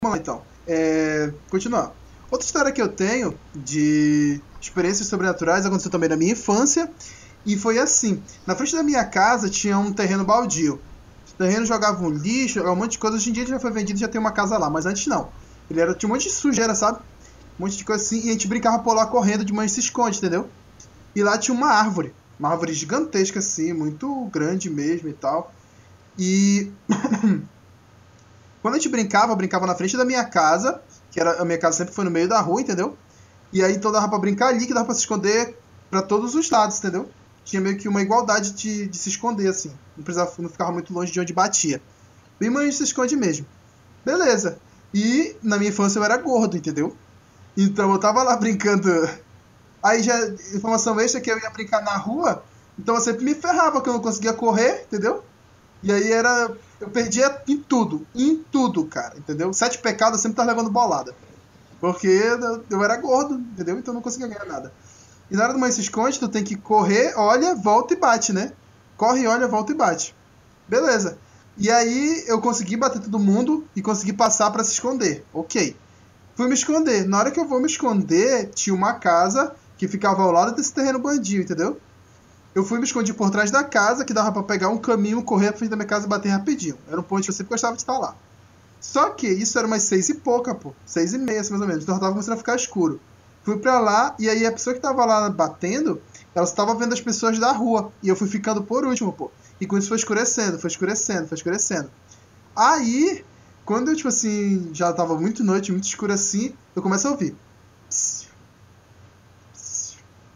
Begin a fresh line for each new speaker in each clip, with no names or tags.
Vamos lá, então. Continuar. Outra história que eu tenho de experiências sobrenaturais aconteceu também na minha infância. E foi assim. Na frente da minha casa tinha um terreno baldio. Esse terreno jogava um lixo, jogava um monte de coisa. Hoje em dia ele já foi vendido e já tem uma casa lá. Mas antes não. Tinha um monte de sujeira, sabe? Um monte de coisa assim. E a gente brincava por lá correndo de manhã e se esconde, entendeu? E lá tinha uma árvore. Uma árvore gigantesca assim, muito grande mesmo e tal. E quando a gente brincava, eu brincava na frente da minha casa, a minha casa sempre foi no meio da rua, entendeu? E aí então dava pra brincar ali, que dava pra se esconder pra todos os lados, entendeu? Tinha meio que uma igualdade de se esconder, assim. Não ficava muito longe de onde batia. Bem, mas a gente se esconde mesmo. Beleza. E na minha infância eu era gordo, entendeu? Então eu tava lá brincando. Aí já, informação extra que eu ia brincar na rua, então eu sempre me ferrava que eu não conseguia correr, entendeu? E aí era. Eu perdia em tudo, cara, entendeu? 7 pecados eu sempre tava levando bolada. Porque eu era gordo, entendeu? Então eu não conseguia ganhar nada. E na hora do mãe se esconde, tu tem que correr, olha, volta e bate, né? Corre, olha, volta e bate. Beleza. E aí eu consegui bater todo mundo e consegui passar pra se esconder. Ok. Fui me esconder. Na hora que eu vou me esconder, tinha uma casa que ficava ao lado desse terreno bandio, entendeu? Eu fui me escondi por trás da casa, que dava pra pegar um caminho, correr pra frente da minha casa e bater rapidinho. Era um ponto que eu sempre gostava de estar lá. Só que isso era umas 6 e pouca, pô. 6 e meia, assim, mais ou menos. Então tava começando a ficar escuro. Fui pra lá, e aí a pessoa que tava lá batendo, ela estava vendo as pessoas da rua. E eu fui ficando por último, pô. E com isso foi escurecendo, foi escurecendo, foi escurecendo. Aí, quando eu, tipo assim, já tava muito noite, muito escuro assim, eu começo a ouvir. Pss, pss,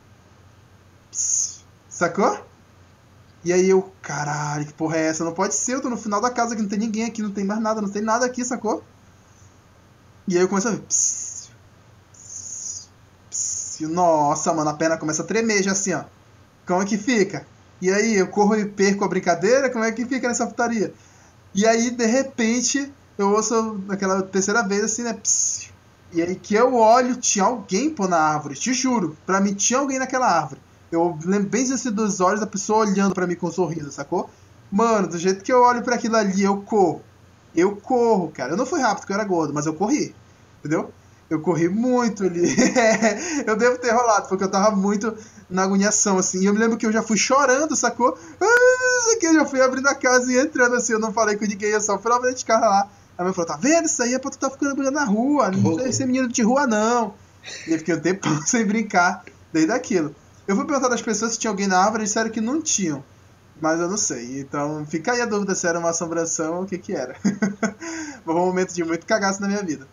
pss. Sacou? E aí eu, caralho, que porra é essa? Não pode ser, eu tô no final da casa que não tem ninguém aqui, não tem mais nada, não tem nada aqui, sacou? E aí eu começo a ver. Pss, pss, pss. E, nossa, mano, a perna começa a tremer já assim, ó. Como é que fica? E aí, eu corro e perco a brincadeira? Como é que fica nessa putaria? E aí, de repente, eu ouço aquela terceira vez assim, né? Pss. E aí que eu olho, tinha alguém, pô, na árvore, te juro. Pra mim, tinha alguém naquela árvore. Eu lembro bem assim dos olhos da pessoa olhando pra mim com um sorriso, sacou? Mano, do jeito que eu olho pra aquilo ali, eu corro. Eu corro, cara. Eu não fui rápido porque eu era gordo, mas eu corri. Entendeu? Eu corri muito ali. Eu devo ter rolado, porque eu tava muito na agoniação, assim. E eu me lembro que eu já fui chorando, sacou? Que eu já fui abrindo a casa e entrando, assim. Eu não falei com ninguém, eu só fui lá dentro de casa lá. A minha falou, tá vendo? Isso aí é pra tu tá ficando brincando na rua. Não deve ser menino de rua, não. E eu fiquei um tempo sem brincar desde aquilo. Eu fui perguntar das pessoas se tinha alguém na árvore e disseram que não tinham. Mas eu não sei. Então fica aí a dúvida se era uma assombração ou o que que era. Foi um momento de muito cagaço na minha vida.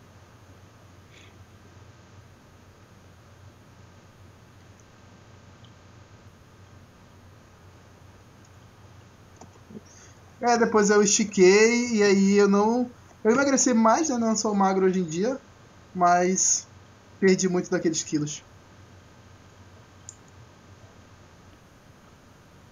Depois eu estiquei e aí eu não. Eu emagreci mais, né? Não sou magro hoje em dia, mas perdi muito daqueles quilos.